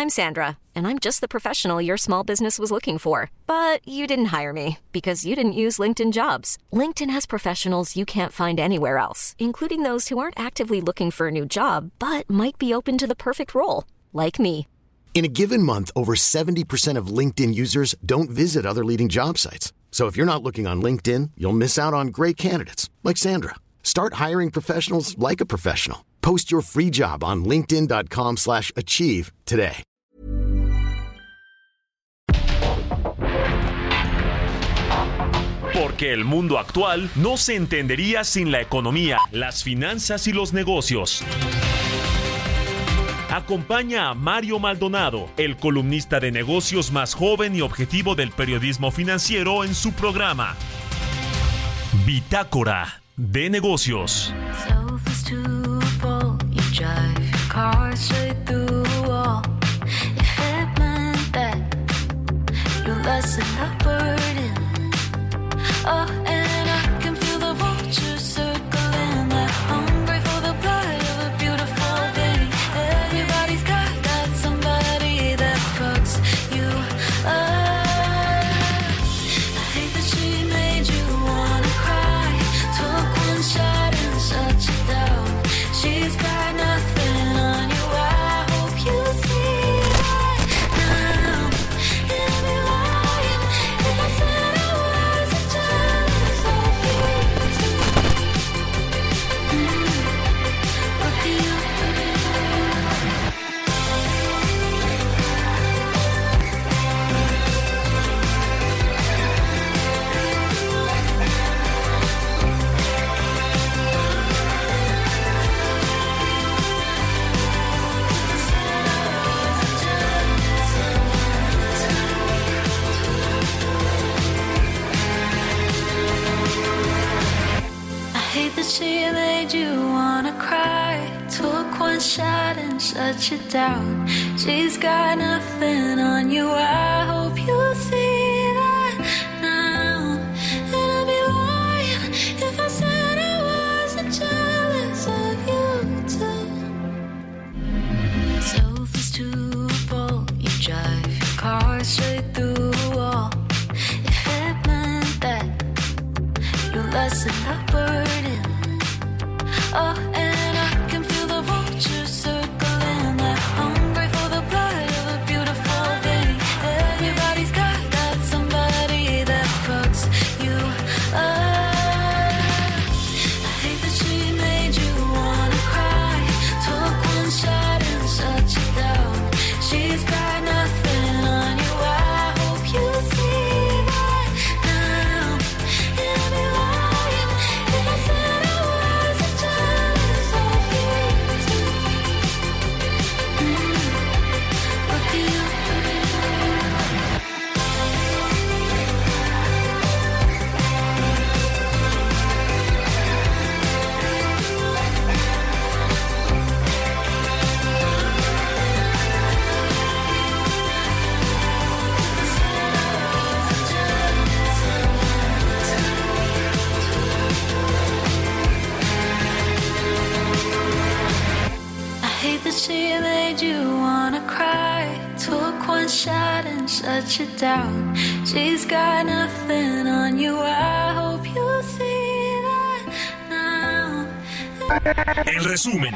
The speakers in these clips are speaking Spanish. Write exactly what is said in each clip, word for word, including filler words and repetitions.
I'm Sandra, and I'm just the professional your small business was looking for. But you didn't hire me because you didn't use LinkedIn Jobs. LinkedIn has professionals you can't find anywhere else, including those who aren't actively looking for a new job, but might be open to the perfect role, like me. In a given month, over seventy percent of LinkedIn users don't visit other leading job sites. So if you're not looking on LinkedIn, you'll miss out on great candidates like Sandra. Start hiring professionals like a professional. Post your free job on linkedin.com slash achieve today. Porque el mundo actual no se entendería sin la economía, las finanzas y los negocios. Acompaña a Mario Maldonado, el columnista de negocios más joven y objetivo del periodismo financiero, en su programa Bitácora de Negocios. Shut you down. She's got nothing on you. I hope you see that now. And I'd be lying if I said I wasn't jealous of you too. Self is too full. You drive your car straight through a wall. If it meant that you lessen the burden. Oh, and I can feel the vultures circle. Hungry for the blood of a beautiful thing. Everybody's got that somebody that fucks you up. I hate that she made you wanna cry. Took one shot and shut you down. She's got nothing on you. I hope you see that now. And I'd be lying if I said I wasn't jealous of you too. She made you wanna cry. Took one shot and shut you down. She's got nothing on you. I hope you see that now. En resumen,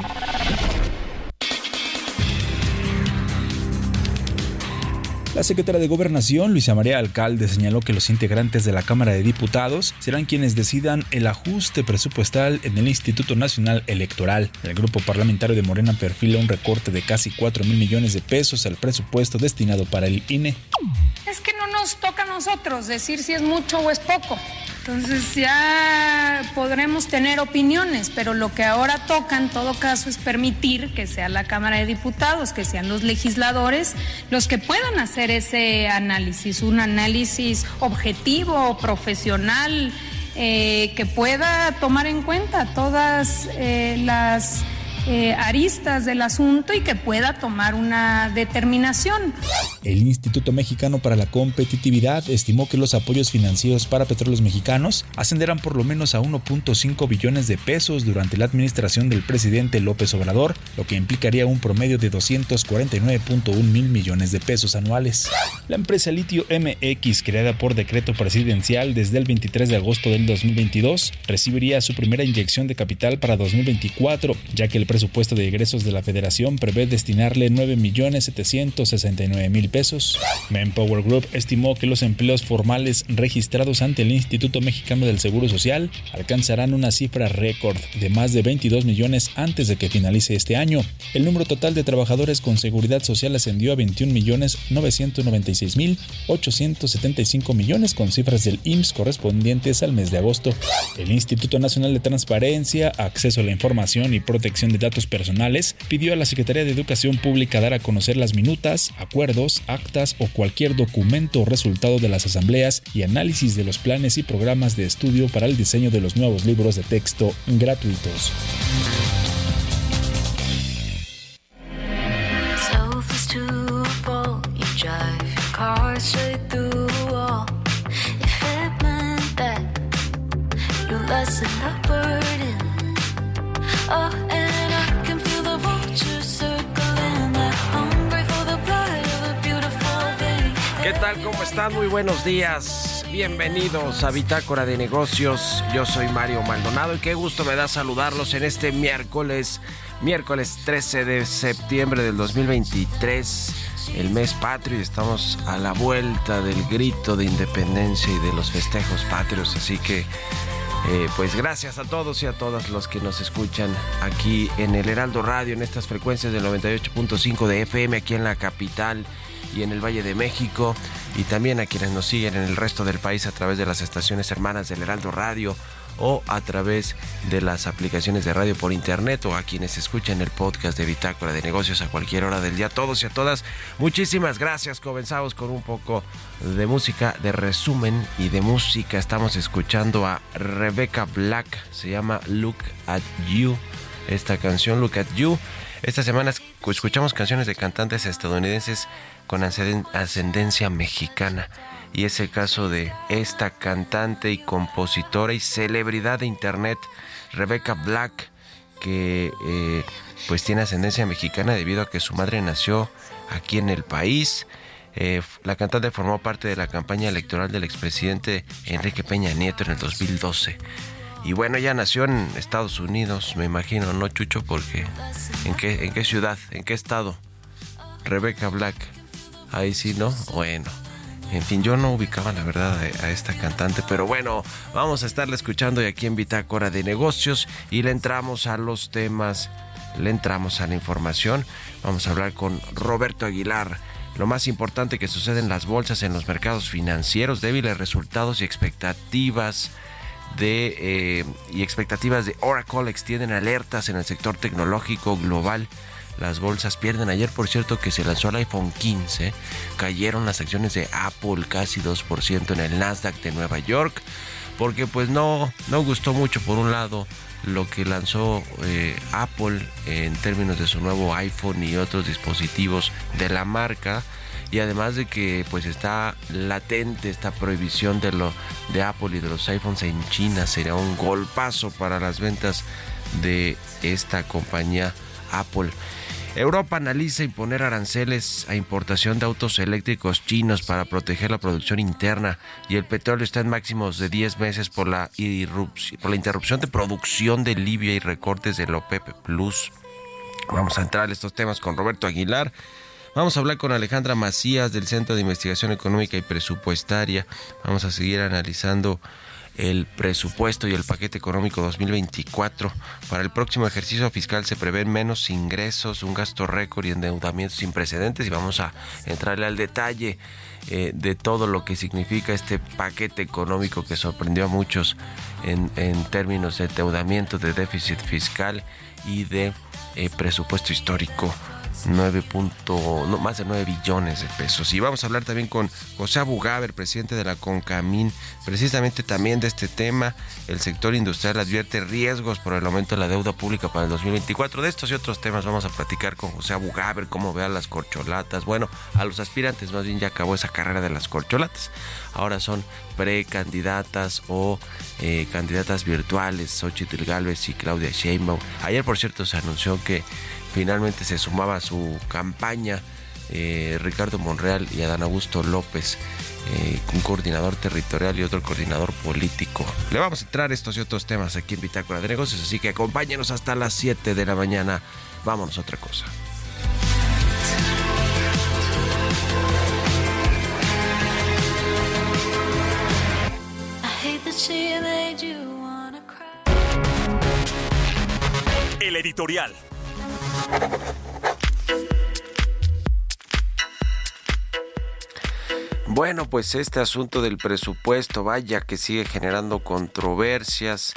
la secretaria de Gobernación, Luisa María Alcalde, señaló que los integrantes de la Cámara de Diputados serán quienes decidan el ajuste presupuestal en el Instituto Nacional Electoral. El grupo parlamentario de Morena perfila un recorte de casi cuatro mil millones de pesos al presupuesto destinado para el I N E. Es que no nos toca a nosotros decir si es mucho o es poco. Entonces ya podremos tener opiniones, pero lo que ahora toca en todo caso es permitir que sea la Cámara de Diputados, que sean los legisladores los que puedan hacer ese análisis, un análisis objetivo, profesional, eh, que pueda tomar en cuenta todas eh, las eh, aristas del asunto y que pueda tomar una determinación. El Instituto Mexicano para la Competitividad estimó que los apoyos financieros para Petróleos Mexicanos ascenderán por lo menos a uno punto cinco billones de pesos durante la administración del presidente López Obrador, lo que implicaría un promedio de doscientos cuarenta y nueve punto uno mil millones de pesos anuales. La empresa Litio M X, creada por decreto presidencial desde el veintitrés de agosto del dos mil veintidós, recibiría su primera inyección de capital para dos mil veinticuatro, ya que el presupuesto de egresos de la Federación prevé destinarle nueve millones setecientos sesenta y nueve mil pesos. Manpower Group estimó que los empleos formales registrados ante el Instituto Mexicano del Seguro Social alcanzarán una cifra récord de más de veintidós millones antes de que finalice este año. El número total de trabajadores con seguridad social ascendió a veintiún millones novecientos noventa y seis mil ochocientos setenta y cinco millones con cifras del I M S S correspondientes al mes de agosto. El Instituto Nacional de Transparencia, Acceso a la Información y Protección de Datos Personales pidió a la Secretaría de Educación Pública dar a conocer las minutas, acuerdos, actas o cualquier documento o resultado de las asambleas y análisis de los planes y programas de estudio para el diseño de los nuevos libros de texto gratuitos. ¿Qué tal? ¿Cómo están? Muy buenos días. Bienvenidos a Bitácora de Negocios. Yo soy Mario Maldonado y qué gusto me da saludarlos en este miércoles, miércoles trece de septiembre del dos mil veintitrés, el mes patrio, y estamos a la vuelta del grito de independencia y de los festejos patrios, así que Eh, pues gracias a todos y a todas los que nos escuchan aquí en el Heraldo Radio, en estas frecuencias del noventa y ocho punto cinco de F M aquí en la capital y en el Valle de México, y también a quienes nos siguen en el resto del país a través de las estaciones hermanas del Heraldo Radio o a través de las aplicaciones de radio por internet, o a quienes escuchan el podcast de Bitácora de Negocios a cualquier hora del día. A todos y a todas, muchísimas gracias. Comenzamos con un poco de música, de resumen y de música. Estamos escuchando a Rebecca Black, se llama Look at You, esta canción Look at You. Esta semana escuchamos canciones de cantantes estadounidenses con ascendencia mexicana, y es el caso de esta cantante y compositora y celebridad de internet, Rebecca Black, que eh, pues tiene ascendencia mexicana debido a que su madre nació aquí en el país. Eh, la cantante formó parte de la campaña electoral del expresidente Enrique Peña Nieto en el dos mil doce. Y bueno, ella nació en Estados Unidos, me imagino, ¿no, Chucho? Porque ¿en qué, en qué ciudad, en qué estado? Rebecca Black, ahí sí, ¿no? Bueno, en fin, yo no ubicaba la verdad a, a esta cantante, pero bueno, vamos a estarla escuchando y aquí en Bitácora de Negocios, y le entramos a los temas, le entramos a la información. Vamos a hablar con Roberto Aguilar. Lo más importante que sucede en las bolsas, en los mercados financieros, débiles resultados y expectativas de eh, y expectativas de Oracle extienden alertas en el sector tecnológico global. Las bolsas pierden. Ayer, por cierto, que se lanzó el iPhone quince, cayeron las acciones de Apple casi dos por ciento en el Nasdaq de Nueva York, porque pues no, no gustó mucho, por un lado, lo que lanzó eh, Apple en términos de su nuevo iPhone y otros dispositivos de la marca, y además de que pues está latente esta prohibición de lo de Apple y de los iPhones en China. Sería un golpazo para las ventas de esta compañía Apple. Europa analiza imponer aranceles a importación de autos eléctricos chinos para proteger la producción interna, y el petróleo está en máximos de diez meses por la, por la interrupción de producción de Libia y recortes del OPEP Plus. Vamos a entrar a estos temas con Roberto Aguilar. Vamos a hablar con Alejandra Macías del Centro de Investigación Económica y Presupuestaria. Vamos a seguir analizando el presupuesto y el paquete económico dos mil veinticuatro. Para el próximo ejercicio fiscal se prevén menos ingresos, un gasto récord y endeudamiento sin precedentes, y vamos a entrarle al detalle eh, de todo lo que significa este paquete económico que sorprendió a muchos en, en términos de endeudamiento, de déficit fiscal y de eh, presupuesto histórico nueve punto, no, más de nueve billones de pesos. Y vamos a hablar también con José Abugaber, presidente de la CONCAMIN, precisamente también de este tema. El sector industrial advierte riesgos por el aumento de la deuda pública para el dos mil veinticuatro. De estos y otros temas vamos a platicar con José Abugaber, cómo ve a las corcholatas. Bueno, a los aspirantes, más bien ya acabó esa carrera de las corcholatas. Ahora son precandidatas o eh, candidatas virtuales, Xochitl Gálvez y Claudia Sheinbaum. Ayer, por cierto, se anunció que finalmente se sumaba a su campaña eh, Ricardo Monreal y Adán Augusto López, eh, un coordinador territorial y otro coordinador político. Le vamos a entrar estos y otros temas aquí en Bitácora de Negocios, así que acompáñenos hasta las siete de la mañana. Vámonos a otra cosa. El editorial. Bueno, pues este asunto del presupuesto, vaya que sigue generando controversias.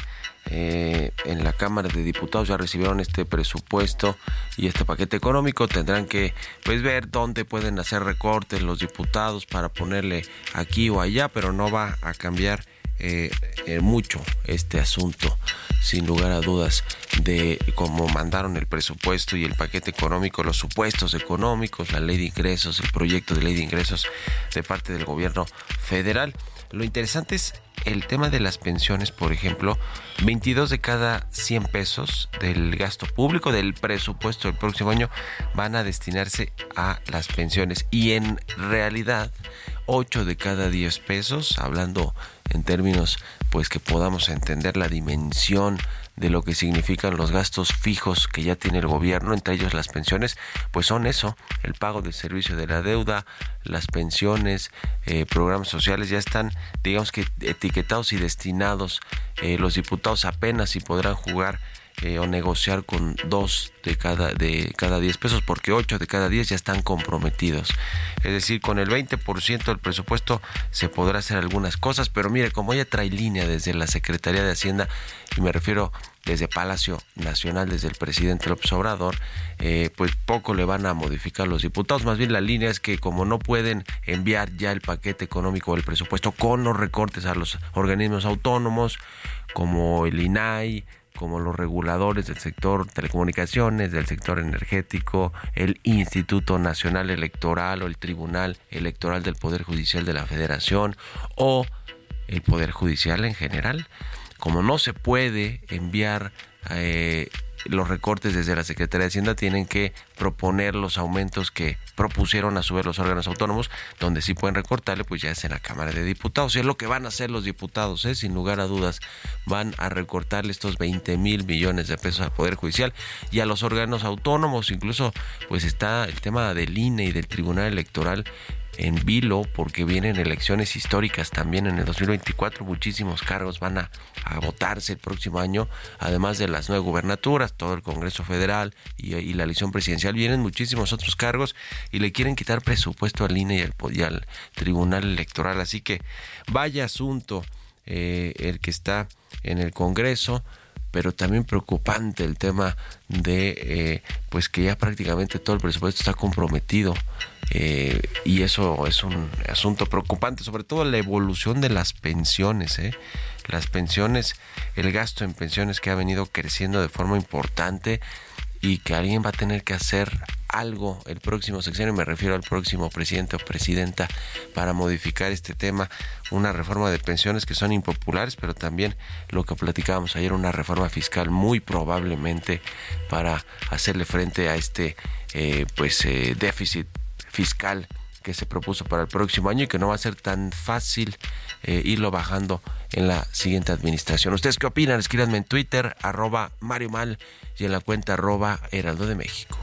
Eh, en la Cámara de Diputados ya recibieron este presupuesto y este paquete económico. Tendrán que pues ver dónde pueden hacer recortes los diputados para ponerle aquí o allá, pero no va a cambiar eh, eh, mucho este asunto, sin lugar a dudas, de cómo mandaron el presupuesto y el paquete económico, los supuestos económicos, la ley de ingresos, el proyecto de ley de ingresos de parte del gobierno federal. Lo interesante es el tema de las pensiones, por ejemplo. Veintidós de cada cien pesos del gasto público del presupuesto del próximo año van a destinarse a las pensiones, y en realidad ocho de cada diez pesos, hablando en términos pues que podamos entender la dimensión de lo que significan los gastos fijos que ya tiene el gobierno, entre ellos las pensiones, pues son eso: el pago del servicio de la deuda, las pensiones, eh, programas sociales, ya están, digamos que etiquetados y destinados. Eh, los diputados apenas si podrán jugar eh, o negociar con dos de cada de cada diez pesos, porque ocho de cada diez ya están comprometidos. Es decir, con el veinte por ciento del presupuesto se podrá hacer algunas cosas, pero mire, como ella trae línea desde la Secretaría de Hacienda, y me refiero desde Palacio Nacional, desde el presidente López Obrador, eh, pues poco le van a modificar los diputados. Más bien la línea es que como no pueden enviar ya el paquete económico del presupuesto con los recortes a los organismos autónomos, como el I N A I, como los reguladores del sector telecomunicaciones, del sector energético, el Instituto Nacional Electoral o el Tribunal Electoral del Poder Judicial de la Federación o el Poder Judicial en general, como no se puede enviar eh, los recortes desde la Secretaría de Hacienda, tienen que proponer los aumentos que propusieron a su vez los órganos autónomos. Donde sí pueden recortarle, pues ya es en la Cámara de Diputados, y es lo que van a hacer los diputados, ¿eh? Sin lugar a dudas, van a recortarle estos veinte mil millones de pesos al Poder Judicial y a los órganos autónomos. Incluso pues está el tema del I N E y del Tribunal Electoral en vilo, porque vienen elecciones históricas también en el dos mil veinticuatro. Muchísimos cargos van a, a votarse el próximo año, además de las nueve gubernaturas, todo el Congreso Federal y, y la elección presidencial. Vienen muchísimos otros cargos y le quieren quitar presupuesto al I N E y al, y al Tribunal Electoral. Así que vaya asunto eh, el que está en el Congreso, pero también preocupante el tema de eh, pues que ya prácticamente todo el presupuesto está comprometido. Eh, y eso es un asunto preocupante, sobre todo la evolución de las pensiones, ¿eh? Las pensiones, el gasto en pensiones que ha venido creciendo de forma importante, y que alguien va a tener que hacer algo el próximo sexenio, me refiero al próximo presidente o presidenta, para modificar este tema. Una reforma de pensiones que son impopulares, pero también lo que platicábamos ayer, una reforma fiscal muy probablemente para hacerle frente a este eh, pues eh, déficit fiscal que se propuso para el próximo año, y que no va a ser tan fácil eh, irlo bajando en la siguiente administración. ¿Ustedes qué opinan? Escríbanme en Twitter, arroba Mario Mal, y en la cuenta arroba Heraldo de México.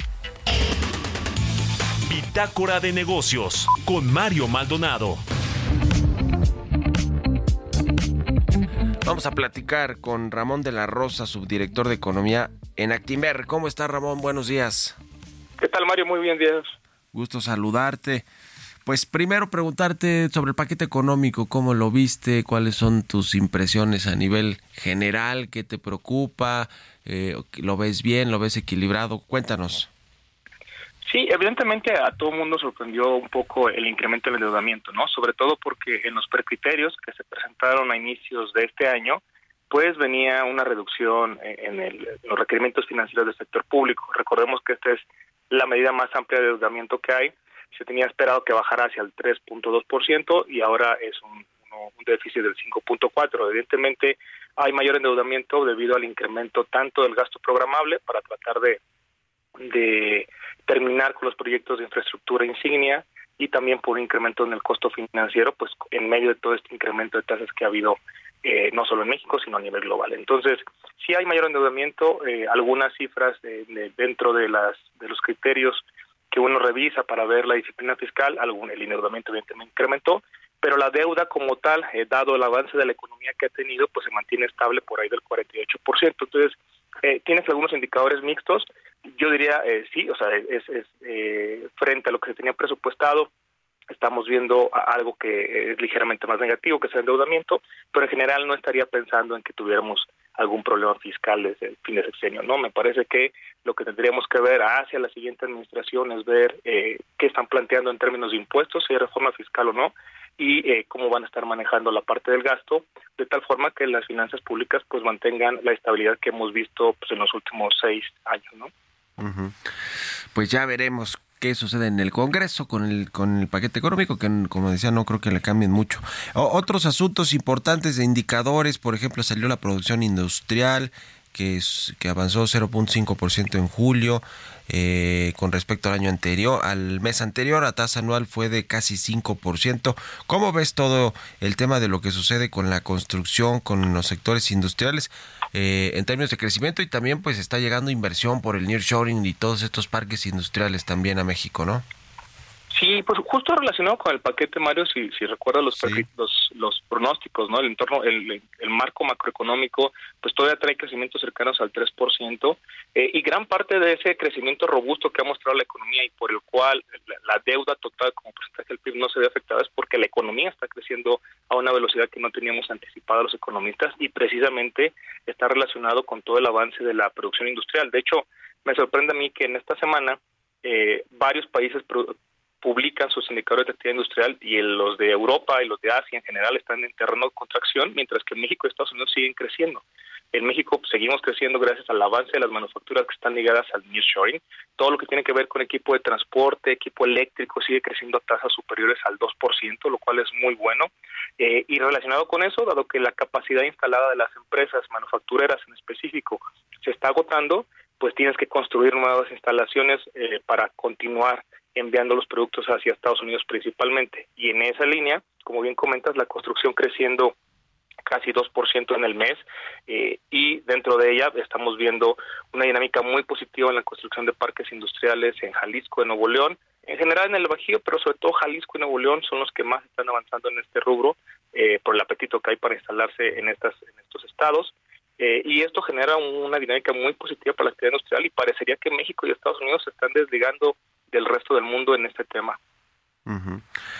Bitácora de Negocios con Mario Maldonado. Vamos a platicar con Ramón de la Rosa, subdirector de Economía en Actinver. ¿Cómo está, Ramón? Buenos días. ¿Qué tal, Mario? Muy bien, días. Gusto saludarte. Pues primero preguntarte sobre el paquete económico, ¿cómo lo viste? ¿Cuáles son tus impresiones a nivel general? ¿Qué te preocupa? Eh, ¿Lo ves bien? ¿Lo ves equilibrado? Cuéntanos. Sí, evidentemente a todo el mundo sorprendió un poco el incremento del endeudamiento, ¿no? Sobre todo porque en los precriterios que se presentaron a inicios de este año, pues venía una reducción en, el, en los requerimientos financieros del sector público. Recordemos que esta es la medida más amplia de endeudamiento que hay. Se tenía esperado que bajara hacia el tres punto dos por ciento y ahora es un, un déficit del cinco punto cuatro por ciento. Evidentemente hay mayor endeudamiento debido al incremento tanto del gasto programable para tratar de, de terminar con los proyectos de infraestructura insignia y también por un incremento en el costo financiero, pues en medio de todo este incremento de tasas que ha habido eh, no solo en México, sino a nivel global. Entonces, sí hay mayor endeudamiento, eh, algunas cifras de, de, dentro de las de los criterios que uno revisa para ver la disciplina fiscal, algún el endeudamiento evidentemente incrementó, pero la deuda como tal, eh, dado el avance de la economía que ha tenido, pues se mantiene estable por ahí del cuarenta y ocho por ciento. Entonces, eh, tienes algunos indicadores mixtos. Yo diría, eh, sí, o sea, es, es eh, frente a lo que se tenía presupuestado, estamos viendo algo que es ligeramente más negativo, que es el endeudamiento, pero en general no estaría pensando en que tuviéramos algún problema fiscal desde el fin de sexenio, ¿no? Me parece que lo que tendríamos que ver hacia la siguiente administración es ver eh, qué están planteando en términos de impuestos, si hay reforma fiscal o no, y eh, cómo van a estar manejando la parte del gasto, de tal forma que las finanzas públicas pues mantengan la estabilidad que hemos visto pues en los últimos seis años, ¿no? Uh-huh. Pues ya veremos qué sucede en el Congreso con el con el paquete económico, que como decía no creo que le cambien mucho. O, otros asuntos importantes de indicadores, por ejemplo, salió la producción industrial, que es que avanzó cero punto cinco por ciento en julio eh, con respecto al año anterior, al mes anterior. La tasa anual fue de casi cinco por ciento. ¿Cómo ves todo el tema de lo que sucede con la construcción, con los sectores industriales eh, en términos de crecimiento? Y también pues está llegando inversión por el nearshoring y todos estos parques industriales también a México, ¿no? Sí, pues justo relacionado con el paquete, Mario, si si recuerdas los, sí. los los pronósticos, ¿no? El entorno, el, el marco macroeconómico, pues todavía trae crecimientos cercanos al tres por ciento eh, y gran parte de ese crecimiento robusto que ha mostrado la economía y por el cual la, la deuda total como porcentaje del P I B no se ve afectada es porque la economía está creciendo a una velocidad que no teníamos anticipada los economistas y precisamente está relacionado con todo el avance de la producción industrial. De hecho, me sorprende a mí que en esta semana eh, varios países pro- publican sus indicadores de actividad industrial y en los de Europa y los de Asia en general están en terreno de contracción, mientras que en México y Estados Unidos siguen creciendo. En México seguimos creciendo gracias al avance de las manufacturas que están ligadas al nearshoring. Todo lo que tiene que ver con equipo de transporte, equipo eléctrico, sigue creciendo a tasas superiores al dos por ciento, lo cual es muy bueno. Eh, y relacionado con eso, dado que la capacidad instalada de las empresas manufactureras en específico se está agotando, pues tienes que construir nuevas instalaciones eh, para continuar enviando los productos hacia Estados Unidos principalmente. Y en esa línea, como bien comentas, la construcción creciendo casi dos por ciento en el mes eh, y dentro de ella estamos viendo una dinámica muy positiva en la construcción de parques industriales en Jalisco, en Nuevo León, en general en el Bajío, pero sobre todo Jalisco y Nuevo León son los que más están avanzando en este rubro eh, por el apetito que hay para instalarse en, estas, en estos estados. Eh, y esto genera una dinámica muy positiva para la actividad industrial y parecería que México y Estados Unidos se están desligando del resto del mundo en este tema. Uh-huh.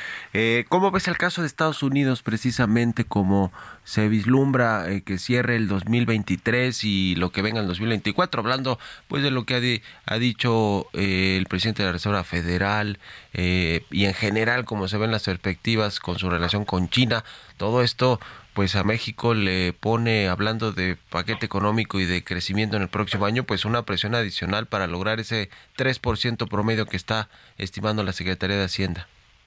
Eh, ¿Cómo ves el caso de Estados Unidos precisamente como se vislumbra eh, que cierre el dos mil veintitrés y lo que venga en el dos mil veinticuatro? Hablando pues de lo que ha, di, ha dicho eh, el presidente de la Reserva Federal eh, y en general cómo se ven las perspectivas con su relación con China. Todo esto pues a México le pone, hablando de paquete económico y de crecimiento en el próximo año, pues una presión adicional para lograr ese tres por ciento promedio que está estimando la Secretaría de Hacienda.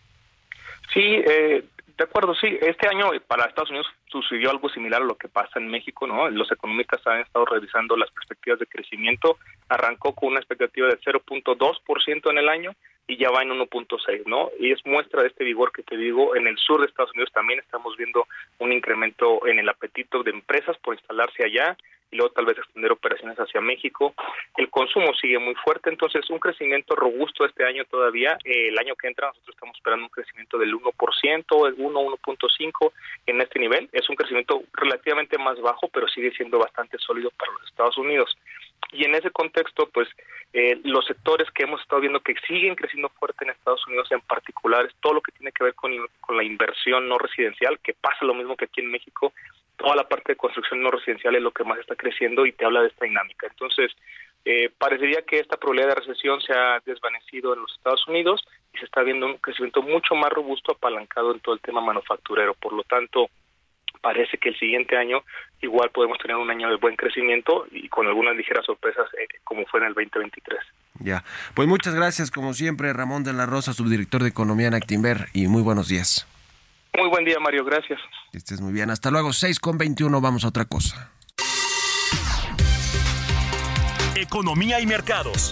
Sí, eh, de acuerdo, sí. Este año para Estados Unidos sucedió algo similar a lo que pasa en México, ¿no? Los economistas han estado revisando las perspectivas de crecimiento. Arrancó con una expectativa de cero punto dos por ciento en el año y ya va en uno punto seis, ¿no? Y es muestra de este vigor que te digo. En el sur de Estados Unidos también estamos viendo un incremento en el apetito de empresas por instalarse allá y luego tal vez extender operaciones hacia México. El consumo sigue muy fuerte, entonces un crecimiento robusto este año todavía. Eh, el año que entra nosotros estamos esperando un crecimiento del uno por ciento, el uno, uno punto cinco en este nivel. Es un crecimiento relativamente más bajo, pero sigue siendo bastante sólido para los Estados Unidos. Y en ese contexto, pues, eh, los sectores que hemos estado viendo que siguen creciendo fuerte en Estados Unidos en particular es todo lo que tiene que ver con, con la inversión no residencial, que pasa lo mismo que aquí en México. Toda la parte de construcción no residencial es lo que más está creciendo y te habla de esta dinámica. Entonces, Eh, parecería que esta probabilidad de recesión se ha desvanecido en los Estados Unidos y se está viendo un crecimiento mucho más robusto apalancado en todo el tema manufacturero. Por lo tanto, parece que el siguiente año igual podemos tener un año de buen crecimiento y con algunas ligeras sorpresas eh, como fue en el veinte veintitrés. Ya, pues muchas gracias como siempre, Ramón de la Rosa, subdirector de Economía en Actinver, y muy buenos días. Muy buen día, Mario, gracias. Que estés muy bien, hasta luego. Seis con veintiuno, vamos a otra cosa. Economía y mercados.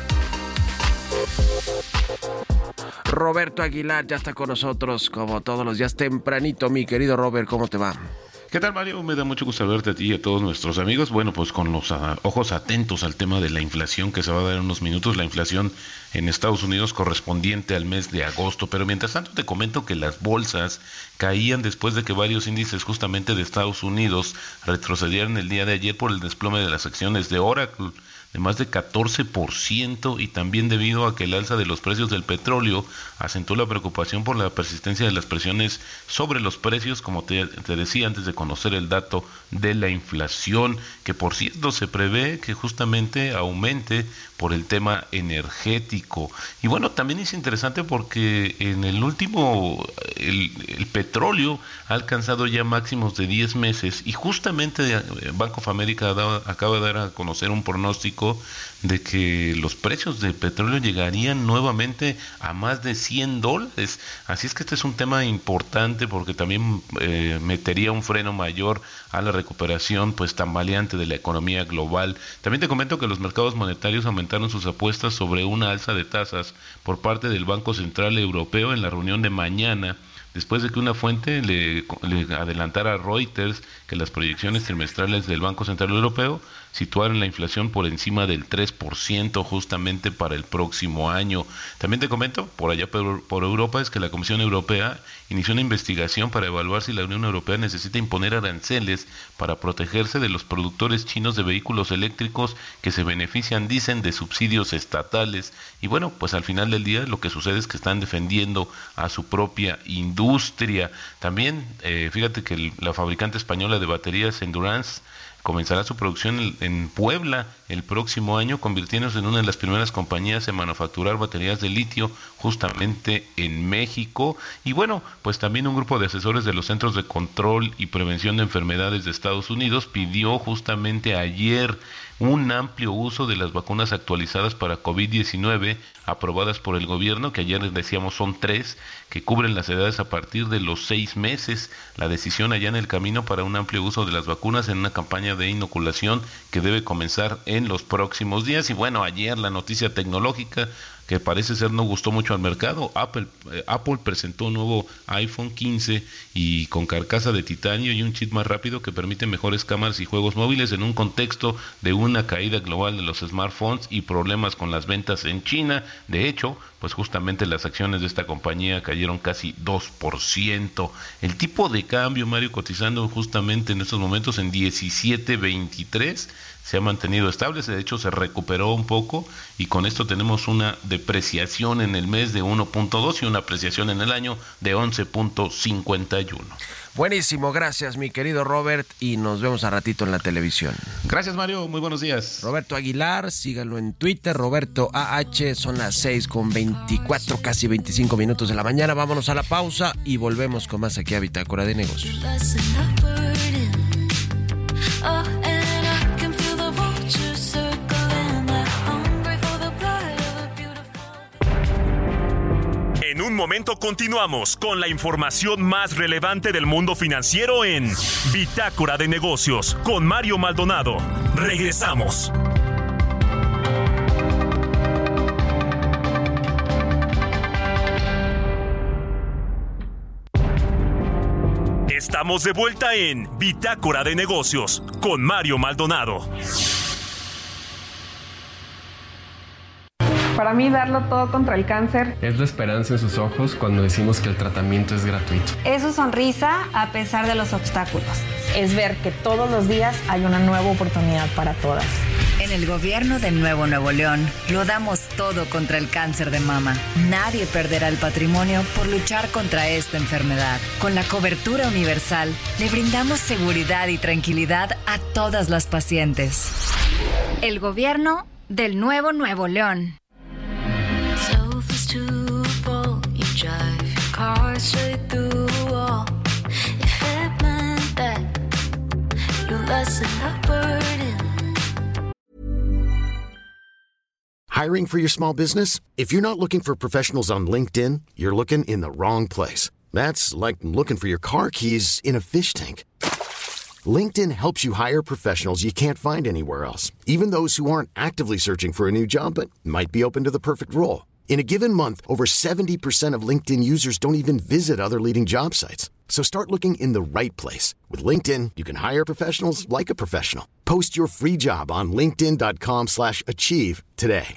Roberto Aguilar ya está con nosotros como todos los días tempranito. Mi querido Robert, ¿cómo te va? ¿Qué tal, Mario? Me da mucho gusto saludarte a ti y a todos nuestros amigos. Bueno, pues con los uh, ojos atentos al tema de la inflación que se va a dar en unos minutos, la inflación en Estados Unidos correspondiente al mes de agosto. Pero mientras tanto te comento que las bolsas caían después de que varios índices justamente de Estados Unidos retrocedieron el día de ayer por el desplome de las acciones de Oracle de más de catorce por ciento, y también debido a que el alza de los precios del petróleo acentuó la preocupación por la persistencia de las presiones sobre los precios, como te, te decía antes de conocer el dato de la inflación, que por cierto se prevé que justamente aumente por el tema energético. Y bueno, también es interesante porque en el último, el, el petróleo ha alcanzado ya máximos de diez meses, y justamente Bank of America ha dado, acaba de dar a conocer un pronóstico de que los precios del petróleo llegarían nuevamente a más de cien dólares. Así es que este es un tema importante porque también eh, metería un freno mayor a la recuperación pues tambaleante de la economía global. También te comento que los mercados monetarios aumentaron sus apuestas sobre una alza de tasas por parte del Banco Central Europeo en la reunión de mañana, después de que una fuente le, le adelantara a Reuters que las proyecciones trimestrales del Banco Central Europeo situaron la inflación por encima del tres por ciento justamente para el próximo año. También te comento, por allá por, por Europa, es que la Comisión Europea inició una investigación para evaluar si la Unión Europea necesita imponer aranceles para protegerse de los productores chinos de vehículos eléctricos que se benefician, dicen, de subsidios estatales. Y bueno, pues al final del día lo que sucede es que están defendiendo a su propia industria. También, eh, fíjate que el, la fabricante española de baterías Endurance comenzará su producción en, en Puebla el próximo año, convirtiéndose en una de las primeras compañías en manufacturar baterías de litio justamente en México. Y bueno, pues también un grupo de asesores de los Centros de Control y Prevención de Enfermedades de Estados Unidos pidió justamente ayer un amplio uso de las vacunas actualizadas para covid diecinueve aprobadas por el gobierno, que ayer les decíamos son tres, que cubren las edades a partir de los seis meses. La decisión allá en el camino para un amplio uso de las vacunas en una campaña de inoculación que debe comenzar en los próximos días. Y bueno, ayer la noticia tecnológica que parece ser no gustó mucho al mercado. Apple, eh, Apple presentó un nuevo iPhone quince y con carcasa de titanio y un chip más rápido que permite mejores cámaras y juegos móviles en un contexto de una caída global de los smartphones y problemas con las ventas en China. De hecho, pues justamente las acciones de esta compañía cayeron casi dos por ciento. El tipo de cambio, Mario, cotizando justamente en estos momentos en diecisiete veintitrés, se ha mantenido estable, de hecho se recuperó un poco, y con esto tenemos una depreciación en el mes de uno punto dos y una apreciación en el año de once punto cincuenta y uno. Buenísimo, gracias mi querido Robert, y nos vemos a ratito en la televisión. Gracias, Mario, muy buenos días. Roberto Aguilar, síganlo en Twitter, Roberto A H, son las seis con veinticuatro, casi veinticinco minutos de la mañana. Vámonos a la pausa y volvemos con más aquí a Bitácora de Negocios. En un momento continuamos con la información más relevante del mundo financiero en Bitácora de Negocios con Mario Maldonado. Regresamos. Estamos de vuelta en Bitácora de Negocios con Mario Maldonado. Para mí, darlo todo contra el cáncer es la esperanza en sus ojos cuando decimos que el tratamiento es gratuito. Es su sonrisa a pesar de los obstáculos. Es ver que todos los días hay una nueva oportunidad para todas. En el gobierno de Nuevo Nuevo León, lo damos todo contra el cáncer de mama. Nadie perderá el patrimonio por luchar contra esta enfermedad. Con la cobertura universal, le brindamos seguridad y tranquilidad a todas las pacientes. El gobierno del Nuevo Nuevo León. Hiring for your small business? If you're not looking for professionals on LinkedIn, you're looking in the wrong place. That's like looking for your car keys in a fish tank. LinkedIn helps you hire professionals you can't find anywhere else, even those who aren't actively searching for a new job but might be open to the perfect role. In a given month, over seventy percent of LinkedIn users don't even visit other leading job sites. So start looking in the right place. With LinkedIn, you can hire professionals like a professional. Post your free job on linkedin dot com slash achieve today.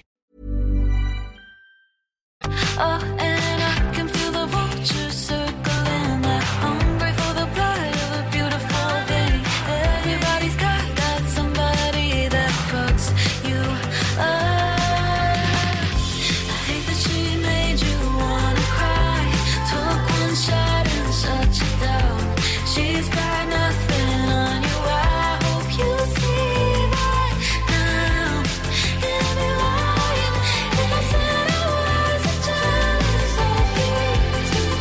Oh, and I can feel the vultures circling, they're hungry for the blood of a beautiful thing. Everybody's got that somebody that fucks you up. I hate that she made you wanna cry. Took one shot and shut you down. She's got nothing on you, I hope you see that now. Can't be lying if I said I wasn't jealous of you too.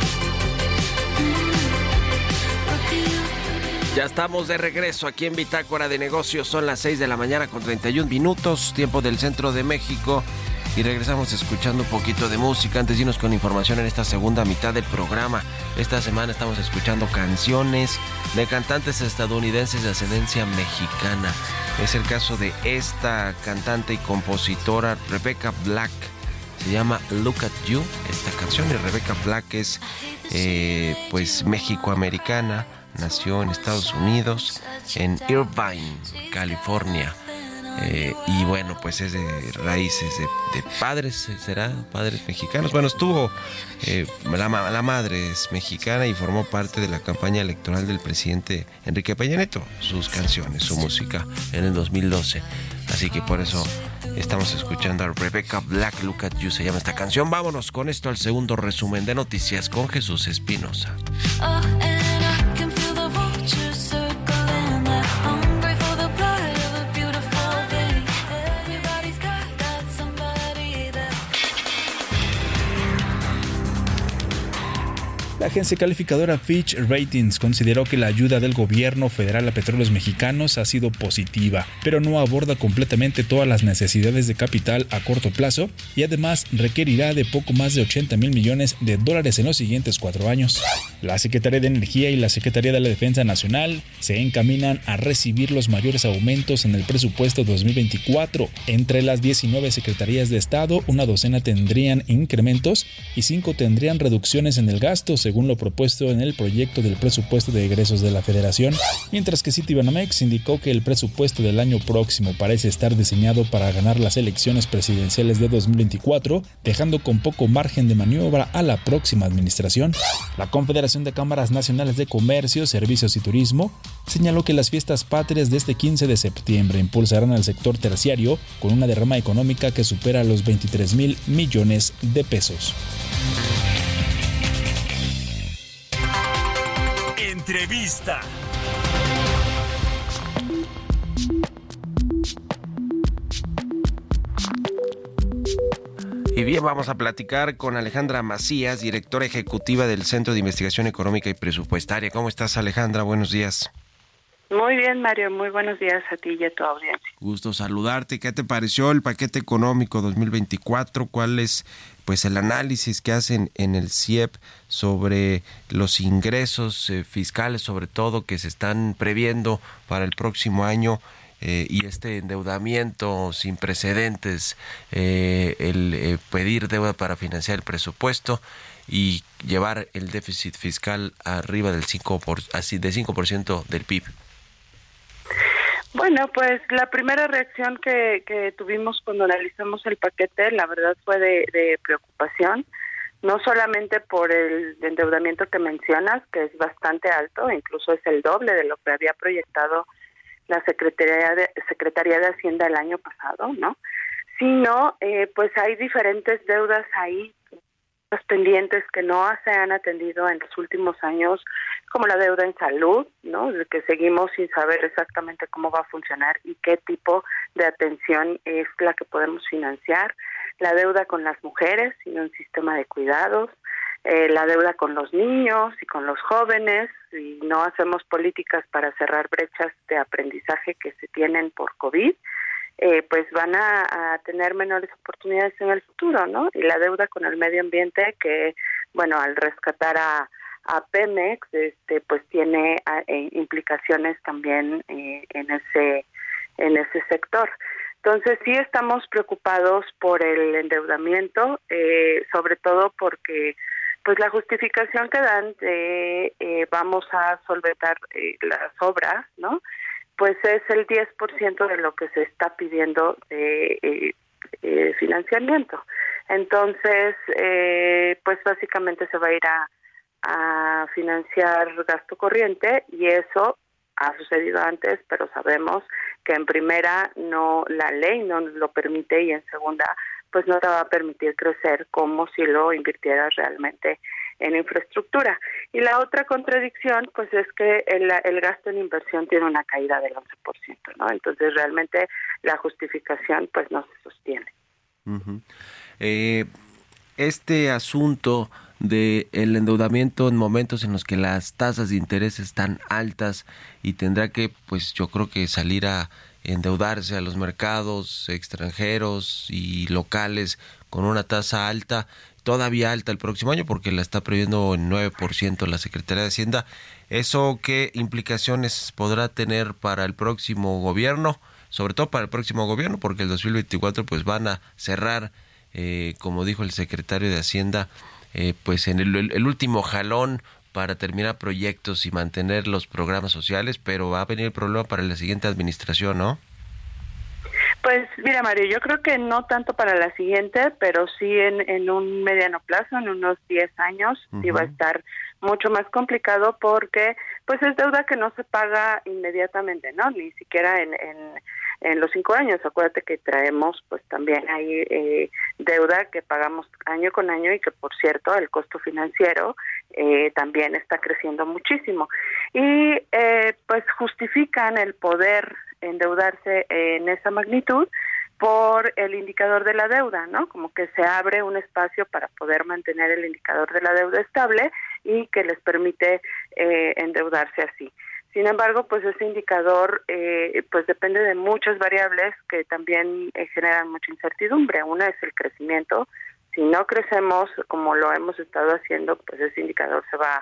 Ya estamos de regreso aquí en Bitácora de Negocios. Son las seis de la mañana con treinta y un minutos, tiempo del centro de México. Y regresamos escuchando un poquito de música antes de irnos con información en esta segunda mitad del programa. Esta semana estamos escuchando canciones de cantantes estadounidenses de ascendencia mexicana. Es el caso de esta cantante y compositora Rebecca Black. Se llama Look at You, esta canción. Y Rebecca Black es eh, pues mexicoamericana. Nació en Estados Unidos, en Irvine, California. Eh, y bueno, pues es de raíces de, de padres, ¿será? Padres mexicanos. Bueno, estuvo, eh, la, la madre es mexicana y formó parte de la campaña electoral del presidente Enrique Peña Nieto. Sus canciones, su música en el dos mil doce. Así que por eso estamos escuchando a Rebecca Black, Look at You, se llama esta canción. Vámonos con esto al segundo resumen de noticias con Jesús Espinosa. Oh, and I can feel the vultures circling, they're hungry for the blood of a beautiful thing. Everybody's got that somebody that... La agencia calificadora Fitch Ratings consideró que la ayuda del gobierno federal a petróleos mexicanos ha sido positiva, pero no aborda completamente todas las necesidades de capital a corto plazo y además requerirá de poco más de ochenta mil millones de dólares en los siguientes cuatro años. La Secretaría de Energía y la Secretaría de la Defensa Nacional se encaminan a recibir los mayores aumentos en el presupuesto dos mil veinticuatro. Entre las diecinueve secretarías de Estado, una docena tendrían incrementos y cinco tendrían reducciones en el gasto, según lo propuesto en el proyecto del presupuesto de egresos de la Federación, mientras que Citibanamex indicó que el presupuesto del año próximo parece estar diseñado para ganar las elecciones presidenciales de dos mil veinticuatro, dejando con poco margen de maniobra a la próxima administración. La Confederación de Cámaras Nacionales de Comercio, Servicios y Turismo señaló que las fiestas patrias de este quince de septiembre impulsarán al sector terciario con una derrama económica que supera los veintitrés mil millones de pesos. Entrevista. Y bien, vamos a platicar con Alejandra Macías, directora ejecutiva del Centro de Investigación Económica y Presupuestaria. ¿Cómo estás, Alejandra? Buenos días. Muy bien, Mario. Muy buenos días a ti y a tu audiencia. Gusto saludarte. ¿Qué te pareció el paquete económico dos mil veinticuatro? ¿Cuál es pues el análisis que hacen en el C I E P sobre los ingresos eh, fiscales, sobre todo, que se están previendo para el próximo año? Eh, y este endeudamiento sin precedentes, eh, el eh, pedir deuda para financiar el presupuesto y llevar el déficit fiscal arriba del cinco por, así de cinco por ciento del P I B. Bueno, pues la primera reacción que, que tuvimos cuando analizamos el paquete, la verdad fue de, de preocupación, no solamente por el endeudamiento que mencionas, que es bastante alto, incluso es el doble de lo que había proyectado la Secretaría de, Secretaría de Hacienda el año pasado, ¿no? Sino, eh, pues hay diferentes deudas ahí, los pendientes que no se han atendido en los últimos años, como la deuda en salud, ¿no? De que seguimos sin saber exactamente cómo va a funcionar y qué tipo de atención es la que podemos financiar, la deuda con las mujeres sin un sistema de cuidados, eh, la deuda con los niños y con los jóvenes, y no hacemos políticas para cerrar brechas de aprendizaje que se tienen por COVID, eh, pues van a, a tener menores oportunidades en el futuro, ¿no? Y la deuda con el medio ambiente que, bueno, al rescatar a, a Pemex, este, pues tiene a, eh, implicaciones también eh, en ese en ese sector. Entonces sí estamos preocupados por el endeudamiento, eh, sobre todo porque pues la justificación que dan de eh, vamos a solventar eh, las obras, ¿no? Pues es el diez por ciento de lo que se está pidiendo de eh, eh, financiamiento. Entonces, eh, pues básicamente se va a ir a, a financiar gasto corriente, y eso ha sucedido antes, pero sabemos que en primera no, la ley no nos lo permite, y en segunda pues no te va a permitir crecer como si lo invirtieras realmente en infraestructura. Y la otra contradicción pues es que el, el gasto en inversión tiene una caída del once por ciento, ¿no? Entonces realmente la justificación pues no se sostiene. Uh-huh. Eh, este asunto de el endeudamiento en momentos en los que las tasas de interés están altas y tendrá que, pues yo creo que salir a endeudarse a los mercados extranjeros y locales con una tasa alta, todavía alta el próximo año porque la está previendo en nueve por ciento la Secretaría de Hacienda. ¿Eso qué implicaciones podrá tener para el próximo gobierno? Sobre todo para el próximo gobierno, porque el dos mil veinticuatro pues van a cerrar, eh, como dijo el secretario de Hacienda, eh, pues en el, el, el último jalón para terminar proyectos y mantener los programas sociales, pero va a venir el problema para la siguiente administración, ¿no? Pues mira, Mario, yo creo que no tanto para la siguiente, pero sí en, en un mediano plazo, en unos diez años, uh-huh. sí va a estar mucho más complicado porque pues es deuda que no se paga inmediatamente, ¿no? Ni siquiera en, en, en los cinco años. Acuérdate que traemos pues también hay eh, deuda que pagamos año con año y que, por cierto, el costo financiero eh, también está creciendo muchísimo. Y eh, pues justifican el poder endeudarse en esa magnitud por el indicador de la deuda, ¿no? Como que se abre un espacio para poder mantener el indicador de la deuda estable y que les permite eh, endeudarse así. Sin embargo, pues ese indicador eh, pues depende de muchas variables que también eh, generan mucha incertidumbre. Una es el crecimiento. Si no crecemos como lo hemos estado haciendo, pues ese indicador se va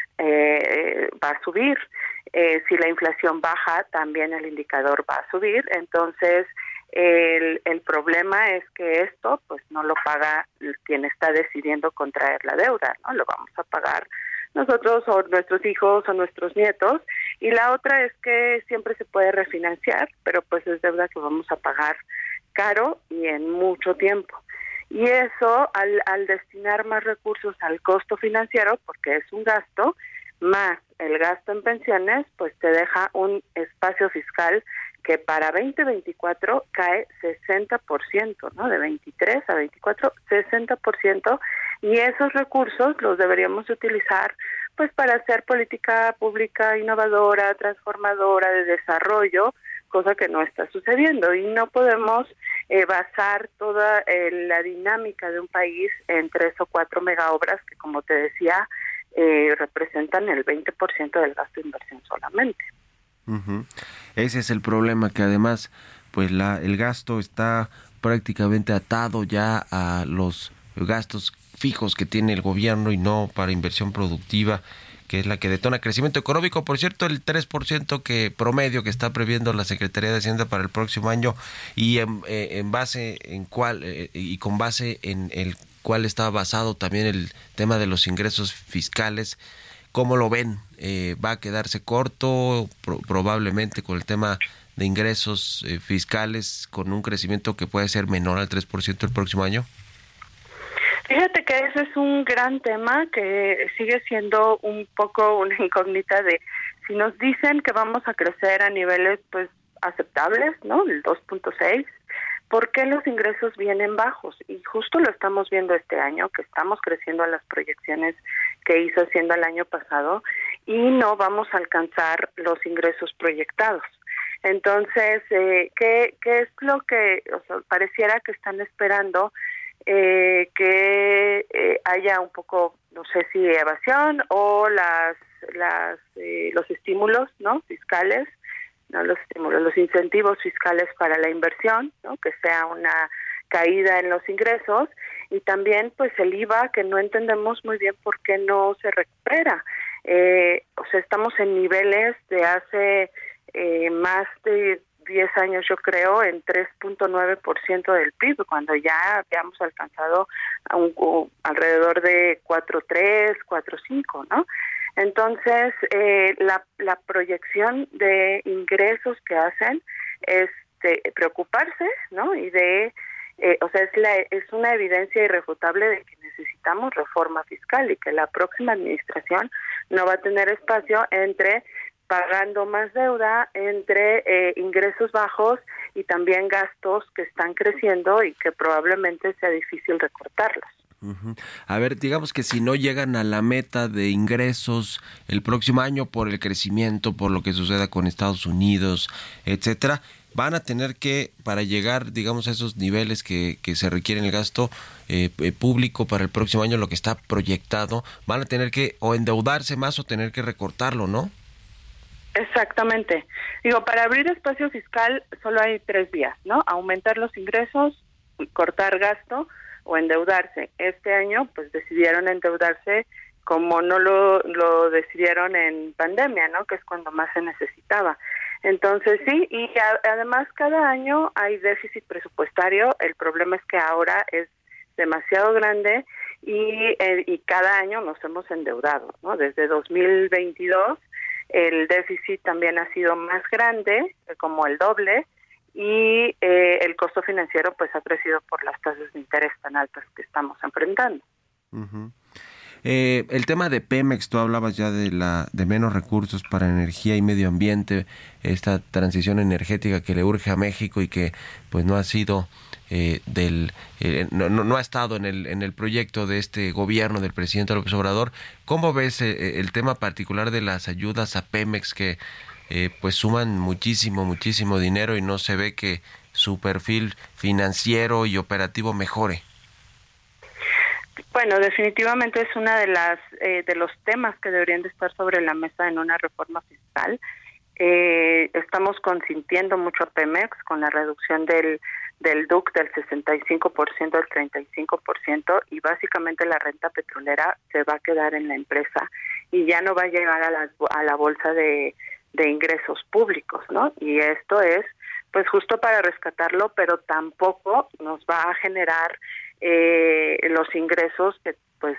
eh, va a subir. Eh, si la inflación baja, también el indicador va a subir. Entonces, el, el problema es que esto pues no lo paga quien está decidiendo contraer la deuda, ¿no? Lo vamos a pagar nosotros o nuestros hijos o nuestros nietos. Y la otra es que siempre se puede refinanciar, pero pues es deuda que vamos a pagar caro y en mucho tiempo. Y eso, al, al destinar más recursos al costo financiero, porque es un gasto, más el gasto en pensiones, pues te deja un espacio fiscal que para veinte veinticuatro cae sesenta por ciento, ¿no? De veintitrés a veinticuatro, sesenta por ciento, y esos recursos los deberíamos utilizar pues para hacer política pública innovadora, transformadora, de desarrollo, cosa que no está sucediendo, y no podemos eh, basar toda eh, la dinámica de un país en tres o cuatro megaobras que, como te decía, eh, representan el veinte por ciento del gasto de inversión solamente. Uh-huh. Ese es el problema, que además pues la el gasto está prácticamente atado ya a los gastos fijos que tiene el gobierno y no para inversión productiva, que es la que detona crecimiento económico. Por cierto, el tres por ciento que promedio que está previendo la Secretaría de Hacienda para el próximo año, y en, eh, en base en cuál eh, y con base en el cual está basado también el tema de los ingresos fiscales. ¿Cómo lo ven? Eh, ¿Va a quedarse corto pro- probablemente con el tema de ingresos eh, fiscales, con un crecimiento que puede ser menor al tres por ciento el próximo año? Fíjate que ese es un gran tema que sigue siendo un poco una incógnita de si nos dicen que vamos a crecer a niveles pues aceptables, ¿no? El dos punto seis, ¿por qué los ingresos vienen bajos? Y justo lo estamos viendo este año, que estamos creciendo a las proyecciones que hizo Hacienda el año pasado, y no vamos a alcanzar los ingresos proyectados. Entonces, eh, ¿qué, ¿qué es lo que, o sea, pareciera que están esperando? Eh, que eh, haya un poco, no sé si evasión o las, las eh, los estímulos, ¿no? Fiscales, no los estímulos, los incentivos fiscales para la inversión, ¿no? Que sea una caída en los ingresos, y también pues el I V A, que no entendemos muy bien por qué no se recupera. Eh, o sea, estamos en niveles de hace eh, más de diez años, yo creo, en tres punto nueve por ciento del P I B, cuando ya habíamos alcanzado a un, un, alrededor de cuatro punto tres, cuatro punto cinco, ¿no? Entonces, eh, la, la proyección de ingresos que hacen es de preocuparse, ¿no? Y de, eh, o sea, es, la, es una evidencia irrefutable de que necesitamos reforma fiscal y que la próxima administración no va a tener espacio entre pagando más deuda, entre eh, ingresos bajos y también gastos que están creciendo y que probablemente sea difícil recortarlos. Uh-huh. A ver, digamos que si no llegan a la meta de ingresos el próximo año por el crecimiento, por lo que suceda con Estados Unidos, etcétera, van a tener que, para llegar, digamos, a esos niveles que, que se requiere en el gasto eh, público para el próximo año, lo que está proyectado, van a tener que o endeudarse más o tener que recortarlo, ¿no? Exactamente. Digo, para abrir espacio fiscal solo hay tres vías, ¿no? Aumentar los ingresos, cortar gasto o endeudarse. Este año, pues decidieron endeudarse como no lo, lo decidieron en pandemia, ¿no? Que es cuando más se necesitaba. Entonces, sí, y a, además cada año hay déficit presupuestario. El problema es que ahora es demasiado grande y, eh, y cada año nos hemos endeudado, ¿no? Desde dos mil veintidós el déficit también ha sido más grande, como el doble, y eh, el costo financiero pues ha crecido por las tasas de interés tan altas que estamos enfrentando. Uh-huh. Eh, el tema de Pemex, tú hablabas ya de la de menos recursos para energía y medio ambiente, esta transición energética que le urge a México y que pues no ha sido eh, del eh, no, no, no ha estado en el en el proyecto de este gobierno del presidente López Obrador. ¿Cómo ves eh, el tema particular de las ayudas a Pemex que eh, pues suman muchísimo, muchísimo dinero y no se ve que su perfil financiero y operativo mejore? Bueno, definitivamente es una de las eh, de los temas que deberían de estar sobre la mesa en una reforma fiscal. Eh, estamos consintiendo mucho a Pemex con la reducción del del D U C del sesenta y cinco por ciento al treinta y cinco por ciento, y básicamente la renta petrolera se va a quedar en la empresa y ya no va a llegar a la, a la bolsa de, de ingresos públicos, ¿no? Y esto es pues justo para rescatarlo, pero tampoco nos va a generar eh, los ingresos que pues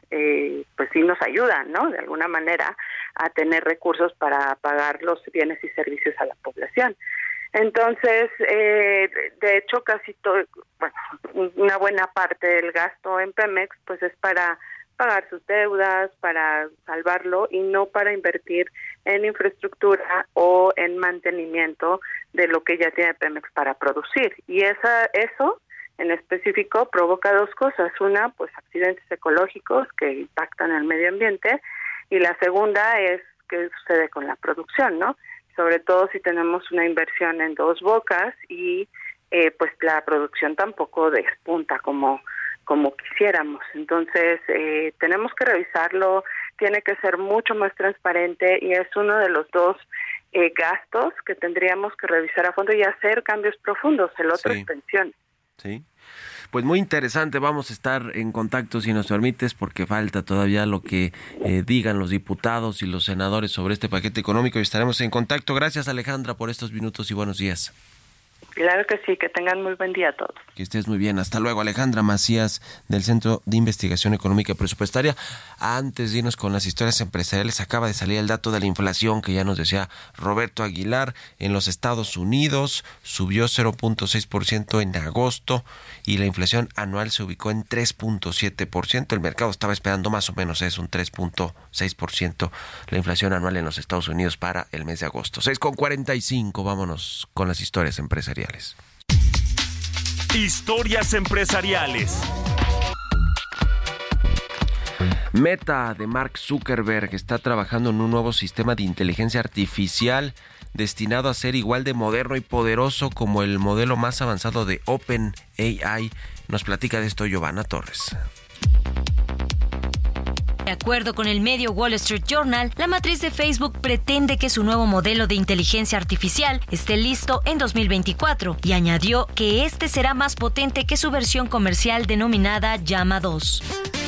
eh, pues sí nos ayudan, ¿no? De alguna manera a tener recursos para pagar los bienes y servicios a la población. Entonces, eh, de hecho, casi todo, bueno, una buena parte del gasto en Pemex, pues es para pagar sus deudas, para salvarlo y no para invertir en infraestructura o en mantenimiento de lo que ya tiene Pemex para producir. Y esa, eso, en específico, provoca dos cosas. Una, pues accidentes ecológicos que impactan al medio ambiente, y la segunda es qué sucede con la producción, ¿no? Sobre todo si tenemos una inversión en Dos Bocas y eh, pues la producción tampoco despunta como como quisiéramos. Entonces eh, tenemos que revisarlo, tiene que ser mucho más transparente y es uno de los dos eh, gastos que tendríamos que revisar a fondo y hacer cambios profundos. El otro sí. es pensiones. Sí. Pues muy interesante, vamos a estar en contacto si nos permites, porque falta todavía lo que eh, digan los diputados y los senadores sobre este paquete económico y estaremos en contacto. Gracias, Alejandra, por estos minutos y buenos días. Claro que sí, que tengan muy buen día a todos. Que estés muy bien, hasta luego. Alejandra Macías del Centro de Investigación Económica y Presupuestaria. Antes de irnos con las historias empresariales, acaba de salir el dato de la inflación que ya nos decía Roberto Aguilar. En los Estados Unidos subió cero punto seis por ciento en agosto y la inflación anual se ubicó en tres punto siete por ciento. El mercado estaba esperando más o menos eso, un tres punto seis por ciento la inflación anual en los Estados Unidos para el mes de agosto. seis con cuarenta y cinco, vámonos con las historias empresariales. Historias empresariales. Meta de Mark Zuckerberg está trabajando en un nuevo sistema de inteligencia artificial destinado a ser igual de moderno y poderoso como el modelo más avanzado de OpenAI. Nos platica de esto Giovanna Torres. De acuerdo con el medio Wall Street Journal, la matriz de Facebook pretende que su nuevo modelo de inteligencia artificial esté listo en dos mil veinticuatro y añadió que este será más potente que su versión comercial denominada Llama dos.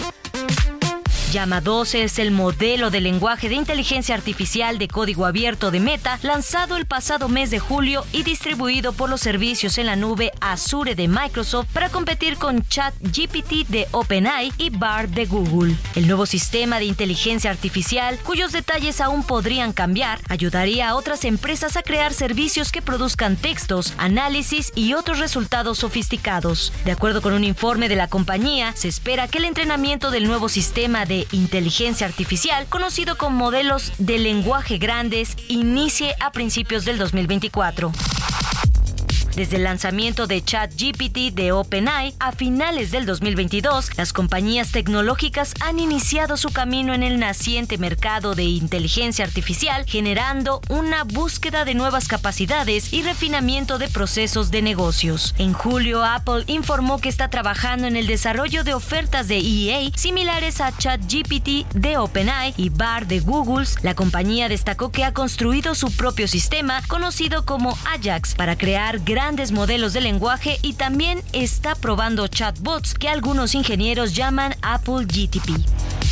Llama dos es el modelo de lenguaje de inteligencia artificial de código abierto de Meta, lanzado el pasado mes de julio y distribuido por los servicios en la nube Azure de Microsoft para competir con ChatGPT de OpenAI y Bard de Google. El nuevo sistema de inteligencia artificial, cuyos detalles aún podrían cambiar, ayudaría a otras empresas a crear servicios que produzcan textos, análisis y otros resultados sofisticados. De acuerdo con un informe de la compañía, se espera que el entrenamiento del nuevo sistema de inteligencia artificial, conocido como modelos de lenguaje grandes, inicie a principios del dos mil veinticuatro. Desde el lanzamiento de ChatGPT de OpenAI a finales del dos mil veintidós, las compañías tecnológicas han iniciado su camino en el naciente mercado de inteligencia artificial, generando una búsqueda de nuevas capacidades y refinamiento de procesos de negocios. En julio, Apple informó que está trabajando en el desarrollo de ofertas de E A similares a ChatGPT de OpenAI y Bard de Google. La compañía destacó que ha construido su propio sistema, conocido como Ajax, para crear grandes grandes modelos de lenguaje y también está probando chatbots que algunos ingenieros llaman Apple G T P.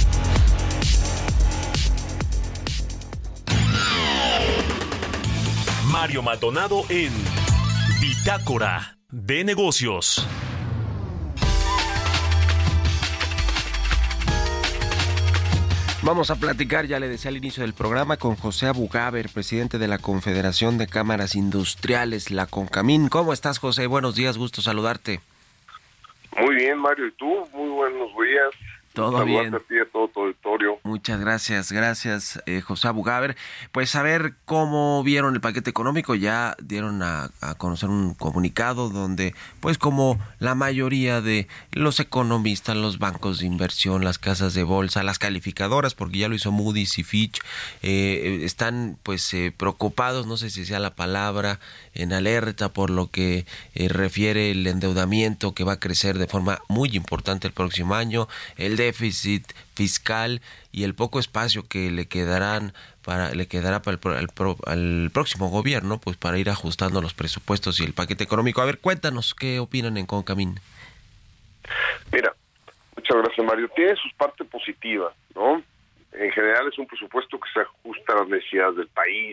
Mario Maldonado en Bitácora de Negocios. Vamos a platicar, ya le decía al inicio del programa, con José Abugaber, presidente de la Confederación de Cámaras Industriales, la CONCAMIN. ¿Cómo estás, José? Buenos días, gusto saludarte. Muy bien, Mario, ¿y tú? Muy buenos días. Todo bien. A ti y a todo tu auditorio. Muchas gracias, gracias, eh, José Abugaber. Pues a ver cómo vieron el paquete económico. Ya dieron a, a conocer un comunicado donde, pues como la mayoría de los economistas, los bancos de inversión, las casas de bolsa, las calificadoras, porque ya lo hizo Moody's y Fitch, eh, están pues eh, preocupados, no sé si sea la palabra, en alerta por lo que eh, refiere el endeudamiento que va a crecer de forma muy importante el próximo año, el déficit fiscal y el poco espacio que le quedarán para le quedará para el, el, al próximo gobierno, pues para ir ajustando los presupuestos y el paquete económico. A ver, cuéntanos qué opinan en CONCAMIN. Mira, muchas gracias, Mario. Tiene sus partes positivas, ¿no? En general es un presupuesto que se ajusta a las necesidades del país.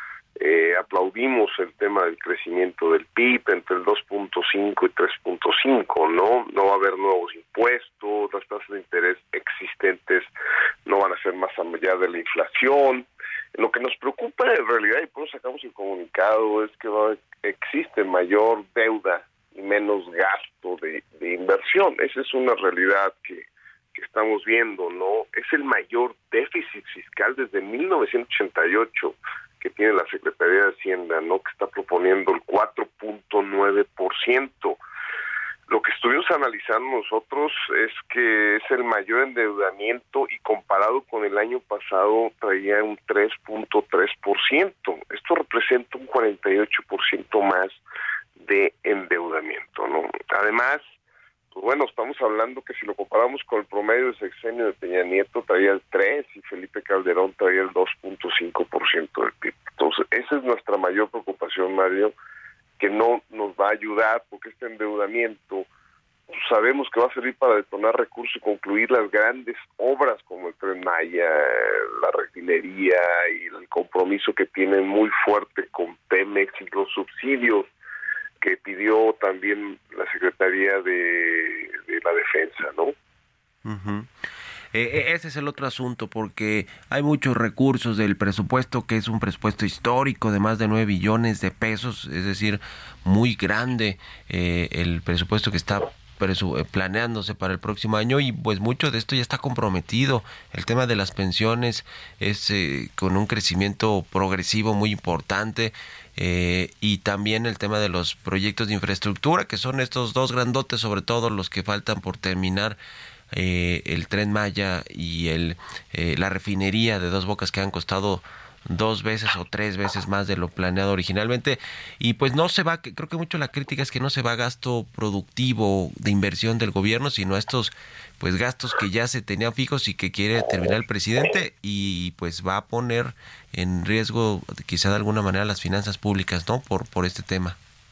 Eh, aplaudimos el tema del crecimiento del P I B entre el dos punto cinco y tres punto cinco, ¿no? No va a haber nuevos impuestos, las tasas de interés existentes no van a ser más allá de la inflación. Lo que nos preocupa en realidad, y por eso sacamos el comunicado, es que va, existe mayor deuda y menos gasto de, de inversión. Esa es una realidad que, que estamos viendo, ¿no? Es el mayor déficit fiscal desde mil novecientos ochenta y ocho que tiene la Secretaría de Hacienda, ¿no? Que está proponiendo el cuatro punto nueve por ciento. Lo que estuvimos analizando nosotros es que es el mayor endeudamiento y comparado con el año pasado traía un tres punto tres por ciento. Esto representa un cuarenta y ocho por ciento más de endeudamiento, ¿no? Además, pues bueno, estamos hablando que si lo comparamos con el promedio de sexenio de Peña Nieto traía el tres y Felipe Calderón traía el dos punto cinco por ciento del P I B. Entonces, esa es nuestra mayor preocupación, Mario, que no nos va a ayudar porque este endeudamiento pues sabemos que va a servir para detonar recursos y concluir las grandes obras como el Tren Maya, la refinería y el compromiso que tienen muy fuerte con Pemex y los subsidios que pidió también la Secretaría de, de la Defensa, ¿no? Uh-huh. Eh, ese es el otro asunto, porque hay muchos recursos del presupuesto, que es un presupuesto histórico de más de nueve billones de pesos, es decir, muy grande eh, el presupuesto que está presu- planeándose para el próximo año, y pues mucho de esto ya está comprometido. El tema de las pensiones es eh, con un crecimiento progresivo muy importante. Eh, y también el tema de los proyectos de infraestructura, que son estos dos grandotes, sobre todo los que faltan por terminar eh, el Tren Maya y el eh, la refinería de Dos Bocas, que han costado dos veces o tres veces más de lo planeado originalmente, y pues no se va, creo que mucho la crítica es que no se va a gasto productivo de inversión del gobierno, sino a estos pues gastos que ya se tenían fijos y que quiere terminar el presidente, y pues va a poner en riesgo quizá de alguna manera las finanzas públicas, ¿no? Por por este tema.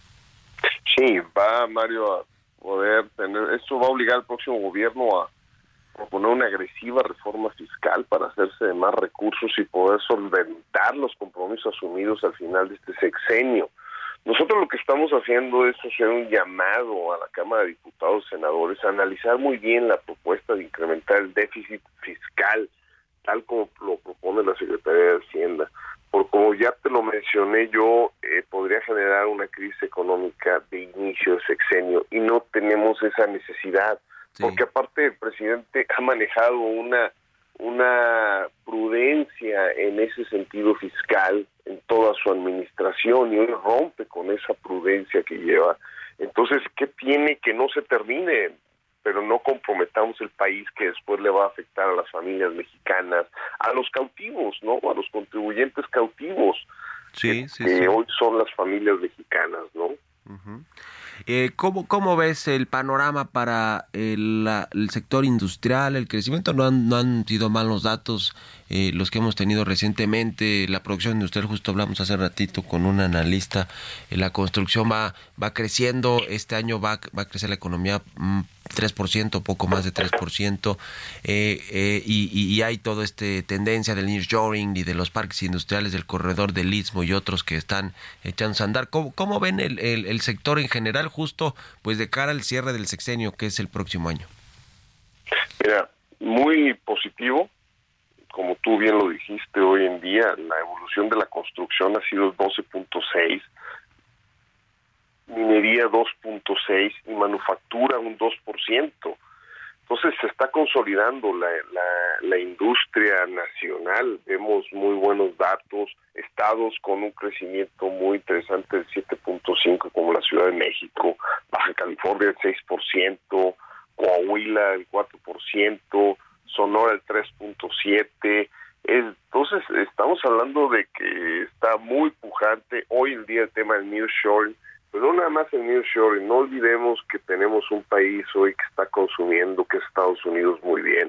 Sí, va Mario a poder tener, esto va a obligar al próximo gobierno a proponer una agresiva reforma fiscal para hacerse de más recursos y poder solventar los compromisos asumidos al final de este sexenio. Nosotros lo que estamos haciendo es hacer un llamado a la Cámara de Diputados y Senadores a analizar muy bien la propuesta de incrementar el déficit fiscal, tal como lo propone la Secretaría de Hacienda. Por como ya te lo mencioné yo, eh, podría generar una crisis económica de inicio de sexenio y no tenemos esa necesidad. Sí. Porque aparte el presidente ha manejado una una prudencia en ese sentido fiscal en toda su administración y hoy rompe con esa prudencia que lleva. Entonces, ¿qué tiene que no se termine? Pero no comprometamos el país, que después le va a afectar a las familias mexicanas, a los cautivos, ¿no? A los contribuyentes cautivos, sí, que, sí, que sí. hoy son las familias mexicanas, ¿no? Uh-huh. Eh, ¿cómo, ¿Cómo ves el panorama para el, la, el sector industrial, el crecimiento? No han, no han sido malos datos eh, los que hemos tenido recientemente. La producción industrial, justo hablamos hace ratito con un analista, eh, la construcción va va creciendo, este año va, va a crecer la economía mm, tres por ciento, poco más de tres por ciento, eh, eh, y, y hay toda esta tendencia del nearshoring y de los parques industriales del corredor del Istmo y otros que están echándose a andar. ¿Cómo, cómo ven el, el, el sector en general, justo pues de cara al cierre del sexenio, que es el próximo año? Mira, muy positivo, como tú bien lo dijiste, hoy en día la evolución de la construcción ha sido doce punto seis, minería dos punto seis y manufactura un dos por ciento. Entonces se está consolidando la, la, la industria nacional, vemos muy buenos datos, estados con un crecimiento muy interesante del siete punto cinco como la Ciudad de México, Baja California el seis por ciento, Coahuila el cuatro por ciento, Sonora el tres punto siete por ciento. Entonces estamos hablando de que está muy pujante hoy en día el tema del nearshoring. Pero no nada más el nearshoring, no olvidemos que tenemos un país hoy que está consumiendo, que es Estados Unidos, muy bien,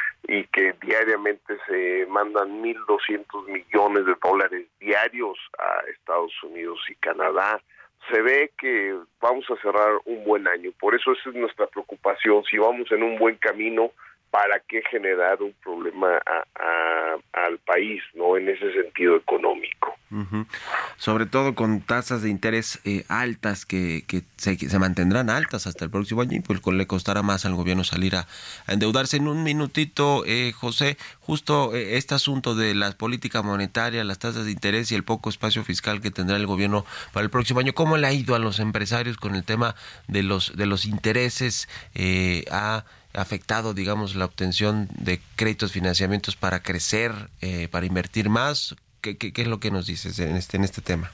y que diariamente se mandan mil doscientos millones de dólares diarios a Estados Unidos y Canadá. Se ve que vamos a cerrar un buen año, por eso esa es nuestra preocupación. Si vamos en un buen camino, ¿para qué generar un problema a, a, al país, no, en ese sentido económico? Uh-huh. Sobre todo con tasas de interés eh, altas que, que, se, que se mantendrán altas hasta el próximo año y pues le costará más al gobierno salir a, a endeudarse. En un minutito, eh, José, justo eh, este asunto de la política monetaria, las tasas de interés y el poco espacio fiscal que tendrá el gobierno para el próximo año, ¿cómo le ha ido a los empresarios con el tema de los de los intereses? Eh, ¿Ha afectado, digamos, la obtención de créditos, financiamientos para crecer, eh, para invertir más? ¿Qué, qué, ¿Qué es lo que nos dices en este en este tema?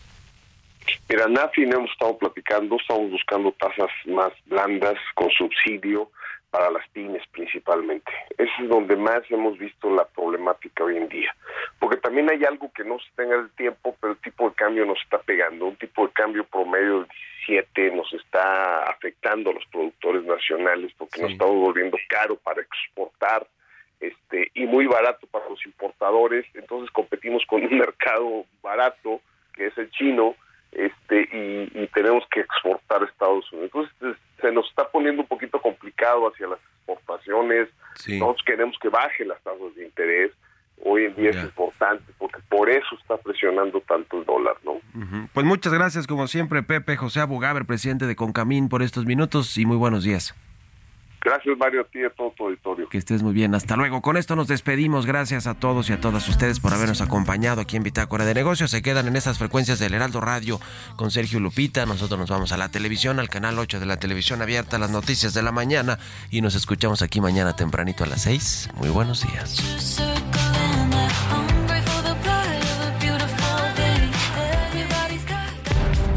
Mira, NAFIN hemos estado platicando, estamos buscando tasas más blandas con subsidio para las pymes principalmente. Ese es donde más hemos visto la problemática hoy en día. Porque también hay algo que no se tenga el tiempo, pero el tipo de cambio nos está pegando. Un tipo de cambio promedio del diecisiete nos está afectando a los productores nacionales porque sí. Nos estamos volviendo caro para exportar este y muy barato para los importadores. Entonces competimos con un mercado barato que es el chino, este y, y tenemos que exportar a Estados Unidos. Entonces se nos está poniendo un poquito complicado hacia las exportaciones. Sí. Nosotros queremos que baje las tasas de interés. Hoy en día yeah. es importante porque por eso está presionando tanto el dólar, ¿no? Uh-huh. Pues muchas gracias, como siempre, Pepe José Abugaber, presidente de Concamín, por estos minutos y muy buenos días. Gracias, Mario, a ti y a todo tu auditorio. Que estés muy bien, hasta luego. Con esto nos despedimos, gracias a todos y a todas ustedes por habernos acompañado aquí en Bitácora de Negocios. Se quedan en estas frecuencias del Heraldo Radio con Sergio Lupita. Nosotros nos vamos a la televisión, al canal ocho de la televisión abierta, las noticias de la mañana, y nos escuchamos aquí mañana tempranito a las seis. Muy buenos días.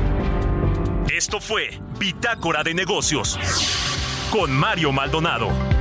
Esto fue Bitácora de Negocios con Mario Maldonado.